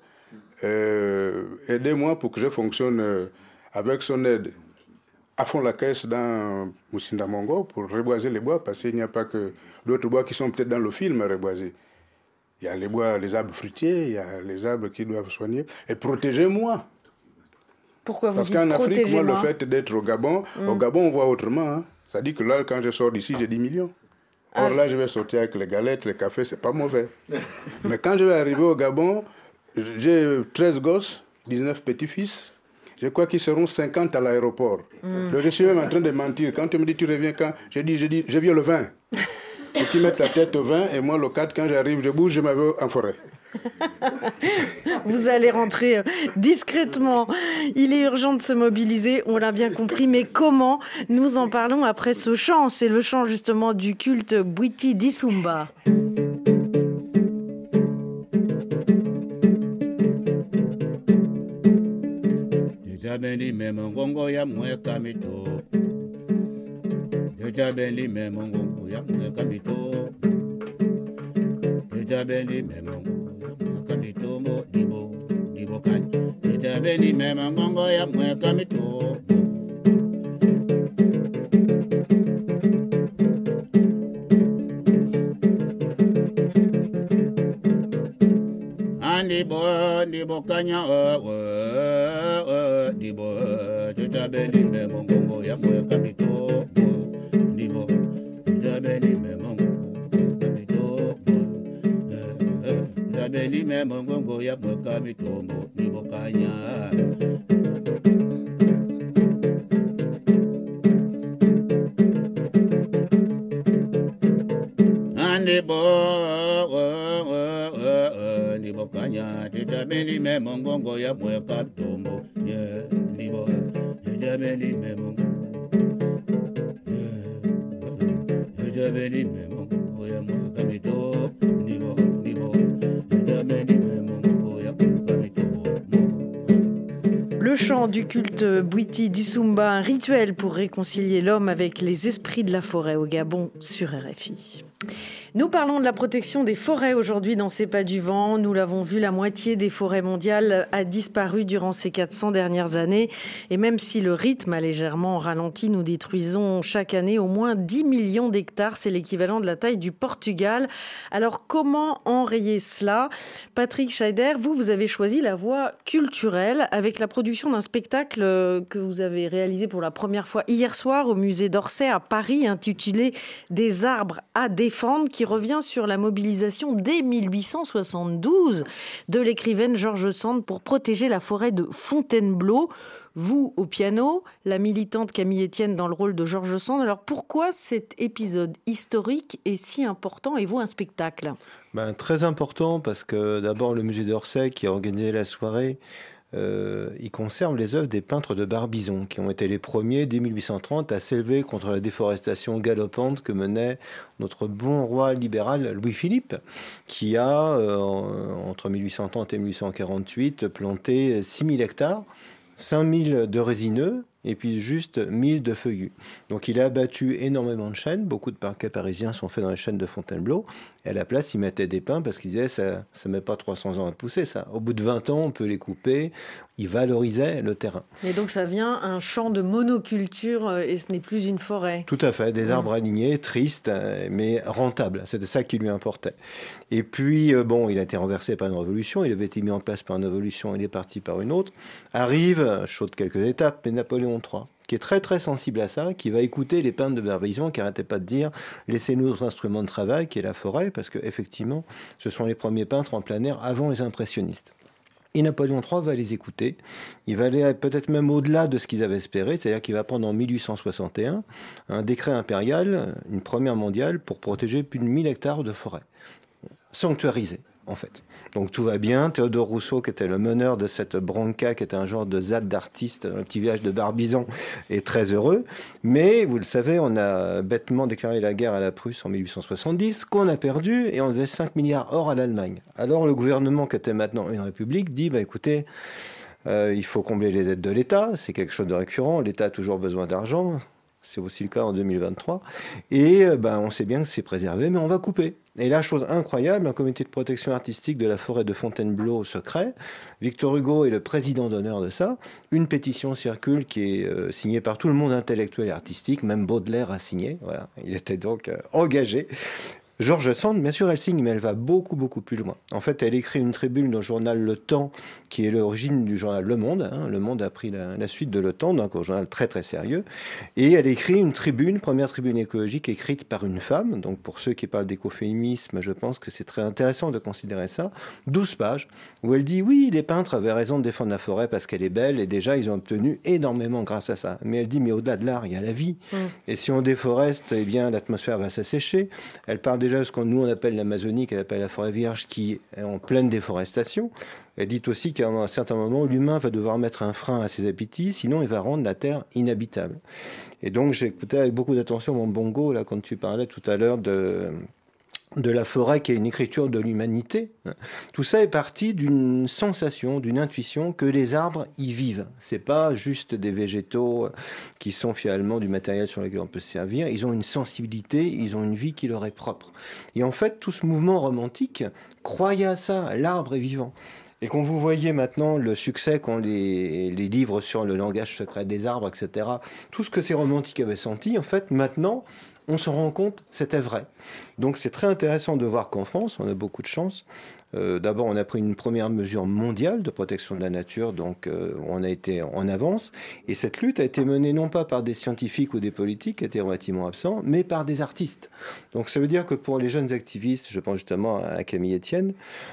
Euh, aidez-moi pour que je fonctionne euh, avec son aide à fond la caisse dans Moussinda Mongo pour reboiser les bois, parce qu'il n'y a pas que d'autres bois qui sont peut-être dans le film à reboiser. Il y a les bois, les arbres fruitiers, il y a les arbres qui doivent soigner. Et protégez-moi. Pourquoi vous Parce dites qu'en Afrique, moi, le protégez-moi fait d'être au Gabon, mm. au Gabon, on voit autrement. Hein. Ça dit que là, quand je sors d'ici, j'ai dix millions. Or ah. là, je vais sortir avec les galettes, les cafés, c'est pas mauvais. Mais quand je vais arriver au Gabon, j'ai treize gosses, dix-neuf petits-fils. Je crois qu'ils seront cinquante à l'aéroport. Mm. Donc, je suis même en train de mentir. Quand tu me dis, tu reviens quand ? Je dis, je dis, je viens le vingt. Et tu mets ta tête au vingt, et moi, le quatre, quand j'arrive, je bouge, je m'en vais en forêt. Vous allez rentrer discrètement. Il est urgent de se mobiliser, on l'a bien compris, mais comment ? Nous en parlons après ce chant. C'est le chant justement du culte Bwiti Disumba. Kamitomo dibo dibo kan ita beni mema ngongo ya mwe kamito andi bo dibo kanya o o dibo ita beni mema ngongo ya mwe kamito dibo ita beni mema Beni me mongongo ya mweka mitombo ni bokanya Ande bo ni bokanya tita beni me mongongo ya mweka mitombo ye ni bo tita beni me mongongo Le chant du culte Bwiti Disumba, un rituel pour réconcilier l'homme avec les esprits de la forêt au Gabon sur R F I. Nous parlons de la protection des forêts aujourd'hui dans C'est pas du vent. Nous l'avons vu, la moitié des forêts mondiales a disparu durant ces quatre cents dernières années. Et même si le rythme a légèrement ralenti, nous détruisons chaque année au moins dix millions d'hectares. C'est l'équivalent de la taille du Portugal. Alors comment enrayer cela ? Patrick Scheider, vous, vous avez choisi la voie culturelle avec la production d'un spectacle que vous avez réalisé pour la première fois hier soir au musée d'Orsay à Paris, intitulé « Des arbres à défendre », qui revient sur la mobilisation dès mille huit cent soixante-douze de l'écrivaine George Sand pour protéger la forêt de Fontainebleau. Vous au piano, la militante Camille Etienne dans le rôle de George Sand. Alors pourquoi cet épisode historique est si important et vous un spectacle ? Ben, très important parce que d'abord le musée d'Orsay qui a organisé la soirée, Euh, il conserve les œuvres des peintres de Barbizon, qui ont été les premiers, dès mille huit cent trente, à s'élever contre la déforestation galopante que menait notre bon roi libéral Louis-Philippe, qui a, euh, entre mille huit cent trente et mille huit cent quarante-huit, planté six mille hectares, cinq mille de résineux, et puis juste mille de feuillus. Donc il a abattu énormément de chênes. Beaucoup de parquets parisiens sont faits dans les chênes de Fontainebleau. Et à la place, il mettait des pins parce qu'il disait ça ne met pas trois cents ans à pousser, ça. Au bout de vingt ans, on peut les couper. Il valorisait le terrain. Et donc ça vient un champ de monoculture et ce n'est plus une forêt. Tout à fait. Des arbres alignés, tristes, mais rentables. C'était ça qui lui importait. Et puis, bon, il a été renversé par une révolution. Il avait été mis en place par une révolution. Il est parti par une autre. Arrive, chaud de quelques étapes, mais Napoléon trois, qui est très très sensible à ça, qui va écouter les peintres de Barbizon, qui n'arrêtaient pas de dire « laissez-nous notre instrument de travail, qui est la forêt », parce qu'effectivement, ce sont les premiers peintres en plein air avant les impressionnistes. Et Napoléon trois va les écouter. Il va aller peut-être même au-delà de ce qu'ils avaient espéré, c'est-à-dire qu'il va prendre en mille huit cent soixante et un un décret impérial, une première mondiale, pour protéger plus de mille hectares de forêt, sanctuarisés en fait. Donc tout va bien. Théodore Rousseau, qui était le meneur de cette branca, qui était un genre de Z A D d'artistes dans le petit village de Barbizon, est très heureux. Mais, vous le savez, on a bêtement déclaré la guerre à la Prusse en mille huit cent soixante-dix, qu'on a perdu, et on devait cinq milliards or à l'Allemagne. Alors le gouvernement, qui était maintenant une république, dit, bah, écoutez, euh, il faut combler les dettes de l'État, c'est quelque chose de récurrent, l'État a toujours besoin d'argent. C'est aussi le cas en deux mille vingt-trois. Et ben, on sait bien que c'est préservé, mais on va couper. Et la chose incroyable, un comité de protection artistique de la forêt de Fontainebleau se crée. Victor Hugo est le président d'honneur de ça. Une pétition circule qui est euh, signée par tout le monde intellectuel et artistique. Même Baudelaire a signé. Voilà. Il était donc euh, engagé. George Sand, bien sûr, elle signe, mais elle va beaucoup, beaucoup plus loin. En fait, elle écrit une tribune dans le journal Le Temps, qui est l'origine du journal Le Monde. Hein. Le Monde a pris la, la suite de Le Temps, donc un journal très, très sérieux. Et elle écrit une tribune, première tribune écologique, écrite par une femme. Donc, pour ceux qui parlent d'écoféminisme, je pense que c'est très intéressant de considérer ça. douze pages, où elle dit, oui, les peintres avaient raison de défendre la forêt parce qu'elle est belle, et déjà, ils ont obtenu énormément grâce à ça. Mais elle dit, mais au-delà de l'art, il y a la vie. Mmh. Et si on déforeste, eh bien, l'atmosphère va s'assécher. Elle parle déjà de ce qu'on nous on appelle l'Amazonie, qu'elle appelle la forêt vierge, qui est en pleine déforestation. Elle dit aussi qu'à un certain moment, l'humain va devoir mettre un frein à ses appétits, sinon il va rendre la Terre inhabitable. Et donc j'ai écouté avec beaucoup d'attention mon bongo, là, quand tu parlais tout à l'heure de... de la forêt qui est une écriture de l'humanité. Tout ça est parti d'une sensation, d'une intuition que les arbres y vivent. C'est pas juste des végétaux qui sont finalement du matériel sur lequel on peut se servir. Ils ont une sensibilité, ils ont une vie qui leur est propre. Et en fait, tout ce mouvement romantique croyait à ça. L'arbre est vivant. Et quand vous voyez maintenant le succès qu'ont les, les livres sur le langage secret des arbres, et cetera, tout ce que ces romantiques avaient senti, en fait, maintenant, on se rend compte, c'était vrai. Donc c'est très intéressant de voir qu'en France, on a beaucoup de chance. Euh, d'abord, on a pris une première mesure mondiale de protection de la nature, donc euh, on a été en avance. Et cette lutte a été menée non pas par des scientifiques ou des politiques qui étaient relativement absents, mais par des artistes. Donc ça veut dire que pour les jeunes activistes, je pense justement à Camille Etienne,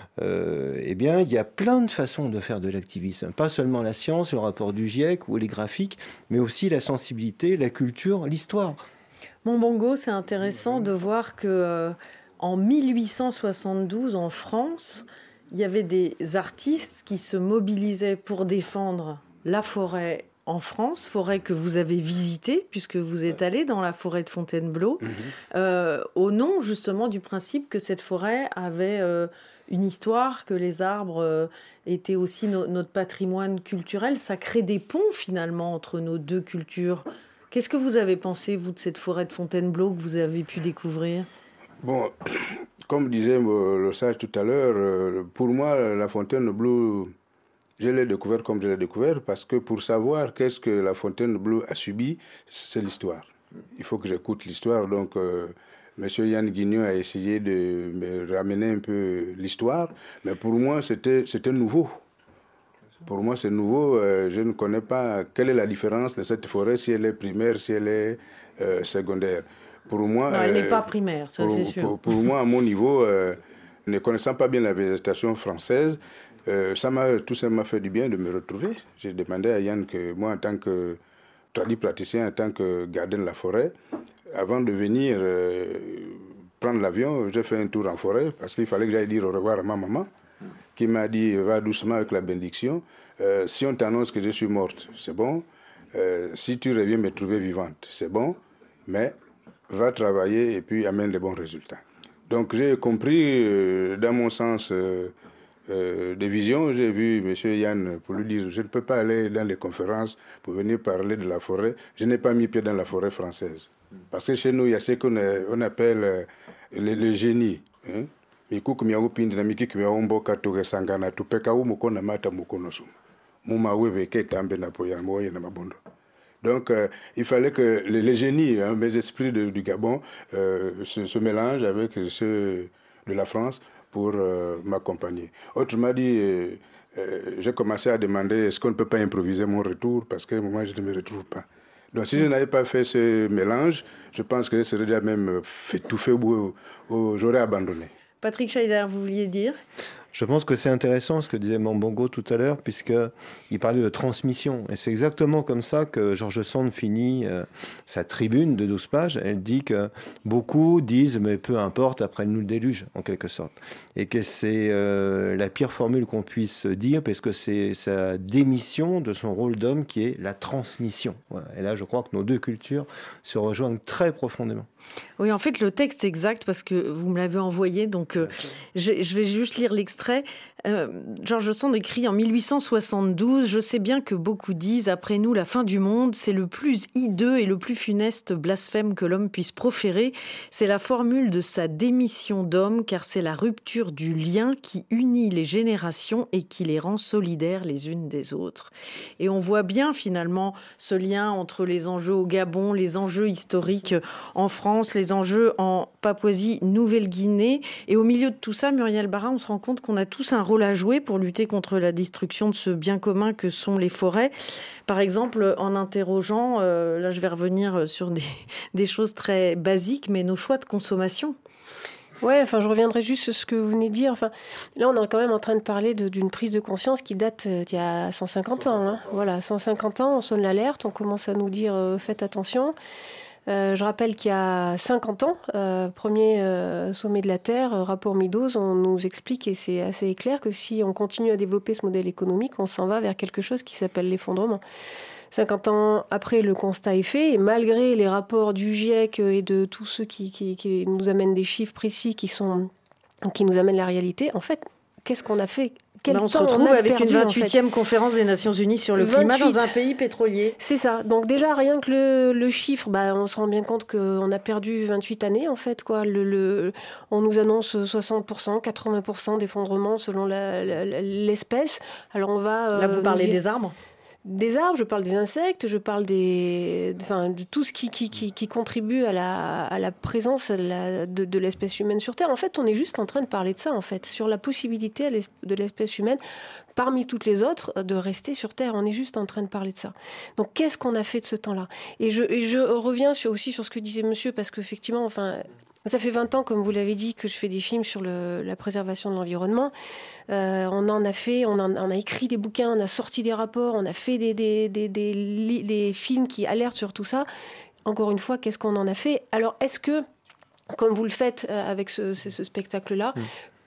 euh, eh bien, il y a plein de façons de faire de l'activisme. Pas seulement la science, le rapport du GIEC ou les graphiques, mais aussi la sensibilité, la culture, l'histoire. Mon bongo, c'est intéressant de voir que euh, en mille huit cent soixante-douze, en France, il y avait des artistes qui se mobilisaient pour défendre la forêt en France, forêt que vous avez visitée, puisque vous êtes allé dans la forêt de Fontainebleau, mmh. euh, au nom justement du principe que cette forêt avait euh, une histoire, que les arbres euh, étaient aussi no- notre patrimoine culturel. Ça crée des ponts finalement entre nos deux cultures. Qu'est-ce que vous avez pensé, vous, de cette forêt de Fontainebleau que vous avez pu découvrir ? Bon, comme disait le sage tout à l'heure, pour moi, la Fontainebleau, je l'ai découvert comme je l'ai découvert parce que pour savoir qu'est-ce que la Fontainebleau a subi, c'est l'histoire. Il faut que j'écoute l'histoire. Donc, euh, M. Yann Guignon a essayé de me ramener un peu l'histoire, mais pour moi, c'était, c'était nouveau. Pour moi, c'est nouveau. Euh, je ne connais pas quelle est la différence de cette forêt, si elle est primaire, si elle est euh, secondaire. Pour moi, non, elle euh, n'est pas primaire, ça pour, c'est sûr. Pour, pour moi, à mon niveau, euh, ne connaissant pas bien la végétation française, euh, ça m'a tout ça m'a fait du bien de me retrouver. J'ai demandé à Yann que moi, en tant que traduit praticien, en tant que gardien de la forêt, avant de venir euh, prendre l'avion, j'ai fait un tour en forêt parce qu'il fallait que j'aille dire au revoir à ma maman, qui m'a dit va doucement avec la bénédiction. Euh, si on t'annonce que je suis morte, c'est bon. Euh, si tu reviens me trouver vivante, c'est bon. Mais va travailler et puis amène les bons résultats. Donc j'ai compris, euh, dans mon sens euh, euh, de vision, j'ai vu M. Yann pour lui dire je ne peux pas aller dans les conférences pour venir parler de la forêt. Je n'ai pas mis pied dans la forêt française. Parce que chez nous, il y a ce qu'on a, on appelle euh, le, le génie. Hein? Donc, euh, il fallait que les, les génies, hein, mes esprits de, du Gabon, euh, se, se mélangent avec ceux de la France pour euh, m'accompagner. Autrement dit, euh, euh, j'ai commencé à demander est-ce qu'on ne peut pas improviser mon retour parce que moi, je ne me retrouve pas. Donc, si je n'avais pas fait ce mélange, je pense que je serais déjà même fait, tout fait ou, ou j'aurais abandonné. Patrick Scheider, vous vouliez dire ? Je pense que c'est intéressant ce que disait Mambongo tout à l'heure, puisqu'il parlait de transmission. Et c'est exactement comme ça que George Sand finit euh, sa tribune de douze pages. Elle dit que beaucoup disent « mais peu importe, après nous le déluge », en quelque sorte. Et que c'est euh, la pire formule qu'on puisse dire, parce que c'est sa démission de son rôle d'homme qui est la transmission. Voilà. Et là, je crois que nos deux cultures se rejoignent très profondément. Oui, en fait, le texte exact, parce que vous me l'avez envoyé, donc euh, je, je vais juste lire l'extrait. Euh, George Sand écrit en mille huit cent soixante-douze « Je sais bien que beaucoup disent, après nous, la fin du monde, c'est le plus hideux et le plus funeste blasphème que l'homme puisse proférer. C'est la formule de sa démission d'homme, car c'est la rupture du lien qui unit les générations et qui les rend solidaires les unes des autres. » Et on voit bien, finalement, ce lien entre les enjeux au Gabon, les enjeux historiques en France, les enjeux en Papouasie-Nouvelle-Guinée. Et au milieu de tout ça, Muriel Barra, on se rend compte qu'on a tous un rôle à jouer pour lutter contre la destruction de ce bien commun que sont les forêts. Par exemple, en interrogeant, euh, là je vais revenir sur des, des choses très basiques, mais nos choix de consommation. Ouais, enfin, je reviendrai juste sur ce que vous venez de dire. Enfin, là, on est quand même en train de parler de, d'une prise de conscience qui date euh, d'il y a cent cinquante ans. Hein. Voilà, cent cinquante ans, on sonne l'alerte, on commence à nous dire euh, faites attention. Euh, je rappelle qu'il y a cinquante ans, euh, premier euh, sommet de la Terre, euh, rapport Meadows, on nous explique, et c'est assez clair, que si on continue à développer ce modèle économique, on s'en va vers quelque chose qui s'appelle l'effondrement. cinquante ans après, le constat est fait, et malgré les rapports du GIEC et de tous ceux qui, qui, qui nous amènent des chiffres précis, qui, sont, qui nous amènent la réalité, en fait, qu'est-ce qu'on a fait ? Quel ben on se retrouve on avec perdu, une vingt-huitième en fait. conférence des Nations Unies sur le climat dans un pays pétrolier. C'est ça. Donc déjà, rien que le, le chiffre, bah, on se rend bien compte qu'on a perdu vingt-huit années, en fait. Quoi. Le, le, on nous annonce soixante pour cent, quatre-vingts pour cent d'effondrement selon la, la, l'espèce. Alors on va... Là, vous parlez dire... des arbres ? Des arbres, je parle des insectes, je parle des, enfin, de tout ce qui, qui, qui, qui contribue à la, à la présence à la, de, de l'espèce humaine sur Terre. En fait, on est juste en train de parler de ça, en fait, sur la possibilité de l'espèce humaine, parmi toutes les autres, de rester sur Terre. On est juste en train de parler de ça. Donc, qu'est-ce qu'on a fait de ce temps-là ? Et je, et je reviens sur, aussi sur ce que disait monsieur, parce qu'effectivement, enfin... Ça fait vingt ans, comme vous l'avez dit, que je fais des films sur le, la préservation de l'environnement. Euh, on en a fait, on, en, on a écrit des bouquins, on a sorti des rapports, on a fait des, des, des, des, des films qui alertent sur tout ça. Encore une fois, qu'est-ce qu'on en a fait ? Alors, est-ce que, comme vous le faites avec ce, ce, ce spectacle-là, mmh.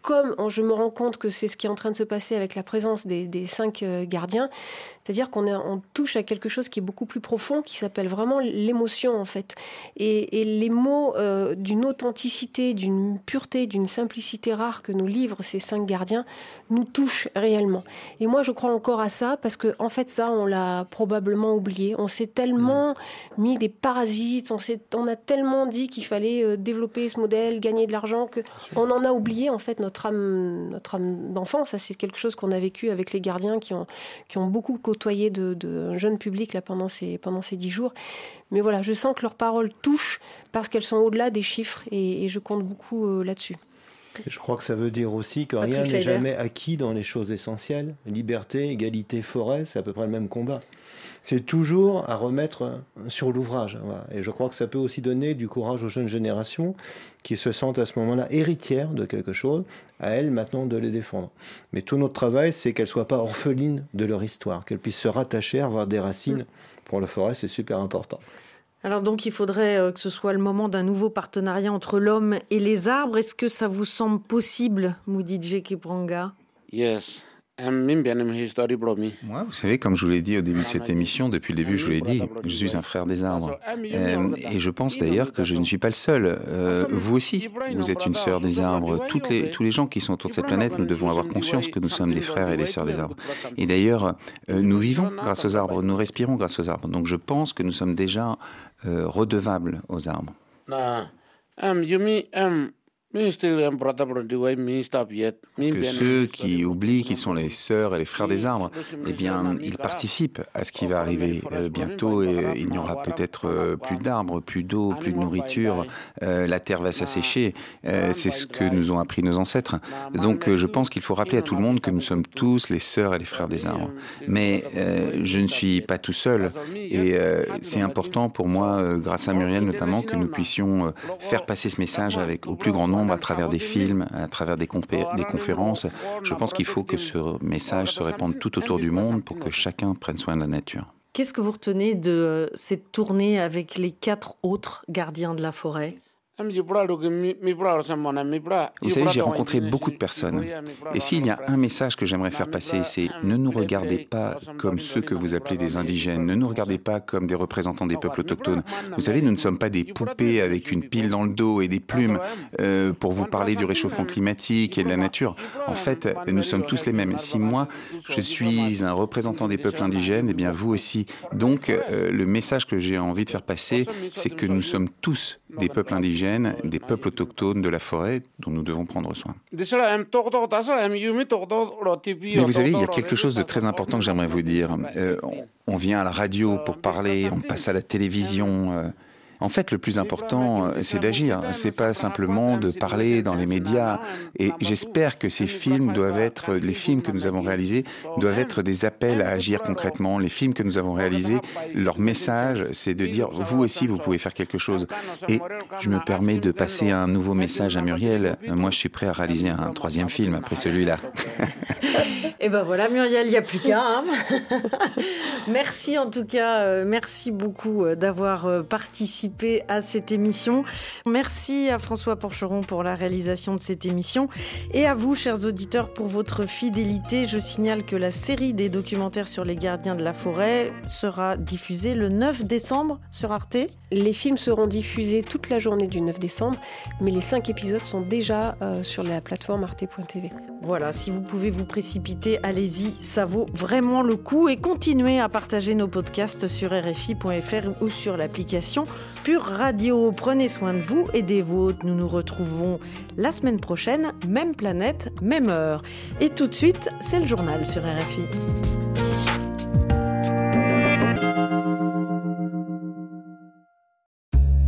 comme je me rends compte que c'est ce qui est en train de se passer avec la présence des, des cinq euh, gardiens, c'est-à-dire qu'on est, on touche à quelque chose qui est beaucoup plus profond, qui s'appelle vraiment l'émotion en fait. Et, et les mots euh, d'une authenticité, d'une pureté, d'une simplicité rare que nous livrent ces cinq gardiens nous touchent réellement. Et moi je crois encore à ça parce que en fait ça on l'a probablement oublié. On s'est tellement mmh. mis des parasites, on, s'est, on a tellement dit qu'il fallait euh, développer ce modèle, gagner de l'argent, qu'on en a oublié en fait notre âme, notre âme d'enfant. Ça c'est quelque chose qu'on a vécu avec les gardiens qui ont, qui ont beaucoup côtoyé de, de un jeune public là, pendant, ces, pendant ces dix jours. Mais voilà, je sens que leurs paroles touchent parce qu'elles sont au-delà des chiffres et, et je compte beaucoup euh, là-dessus. Je crois que ça veut dire aussi que Patrick rien Schneider. n'est jamais acquis dans les choses essentielles. Liberté, égalité, forêt, c'est à peu près le même combat. C'est toujours à remettre sur l'ouvrage. Voilà. Et je crois que ça peut aussi donner du courage aux jeunes générations qui se sentent à ce moment-là héritières de quelque chose, à elles maintenant de les défendre. Mais tout notre travail, c'est qu'elles ne soient pas orphelines de leur histoire, qu'elles puissent se rattacher, avoir des racines. Mmh. Pour la forêt, c'est super important. Alors donc, il faudrait que ce soit le moment d'un nouveau partenariat entre l'homme et les arbres. Est-ce que ça vous semble possible, Mudije Kipranga ? Yes. Moi, vous savez, comme je vous l'ai dit au début de cette émission, depuis le début, je vous l'ai dit, je suis un frère des arbres. Euh, et je pense d'ailleurs que je ne suis pas le seul. Euh, vous aussi, vous êtes une sœur des arbres. Toutes les, tous les gens qui sont autour de cette planète, nous devons avoir conscience que nous sommes des frères et des sœurs des arbres. Et d'ailleurs, euh, nous vivons grâce aux arbres, nous respirons grâce aux arbres. Donc je pense que nous sommes déjà euh, redevables aux arbres. Que ceux qui oublient qu'ils sont les sœurs et les frères des arbres, eh bien, ils participent à ce qui va arriver euh, bientôt. Et il n'y aura peut-être euh, plus d'arbres, plus d'eau, plus de nourriture. Euh, la terre va s'assécher. Euh, c'est ce que nous ont appris nos ancêtres. Donc, euh, je pense qu'il faut rappeler à tout le monde que nous sommes tous les sœurs et les frères des arbres. Mais euh, je ne suis pas tout seul. Et euh, c'est important pour moi, euh, grâce à Muriel notamment, que nous puissions euh, faire passer ce message avec au plus grand nombre, à travers des films, à travers des, compé- des conférences. Je pense qu'il faut que ce message se répande tout autour du monde pour que chacun prenne soin de la nature. Qu'est-ce que vous retenez de cette tournée avec les quatre autres gardiens de la forêt ? Vous savez, j'ai rencontré beaucoup de personnes. Et s'il y a un message que j'aimerais faire passer, c'est ne nous regardez pas comme ceux que vous appelez des indigènes, ne nous regardez pas comme des représentants des peuples autochtones. Vous savez, nous ne sommes pas des poupées avec une pile dans le dos et des plumes euh, pour vous parler du réchauffement climatique et de la nature. En fait, nous sommes tous les mêmes. Si moi, je suis un représentant des peuples indigènes, eh bien vous aussi. Donc, euh, le message que j'ai envie de faire passer, c'est que nous sommes tous des peuples indigènes, des peuples autochtones de la forêt dont nous devons prendre soin. Mais vous savez, il y a quelque chose de très important que j'aimerais vous dire. Euh, on vient à la radio pour parler, on passe à la télévision. Euh, En fait, le plus important, c'est d'agir. C'est pas simplement de parler dans les médias. Et j'espère que ces films doivent être, les films que nous avons réalisés, doivent être des appels à agir concrètement. Les films que nous avons réalisés, leur message, c'est de dire, vous aussi, vous pouvez faire quelque chose. Et je me permets de passer un nouveau message à Muriel. Moi, je suis prêt à réaliser un troisième film après celui-là. Et ben voilà, Muriel, il n'y a plus qu'à. Hein. Merci en tout cas, euh, merci beaucoup d'avoir euh, participé à cette émission. Merci à François Porcheron pour la réalisation de cette émission et à vous, chers auditeurs, pour votre fidélité. Je signale que la série des documentaires sur les gardiens de la forêt sera diffusée le neuf décembre sur Arte. Les films seront diffusés toute la journée du neuf décembre, mais les cinq épisodes sont déjà euh, sur la plateforme arte point t v. Voilà, si vous pouvez vous précipiter, allez-y, ça vaut vraiment le coup. Et continuez à partager nos podcasts sur r f i point f r ou sur l'application Pure Radio. Prenez soin de vous et des vôtres. Nous nous retrouvons la semaine prochaine, même planète, même heure. Et tout de suite, c'est le journal sur R F I.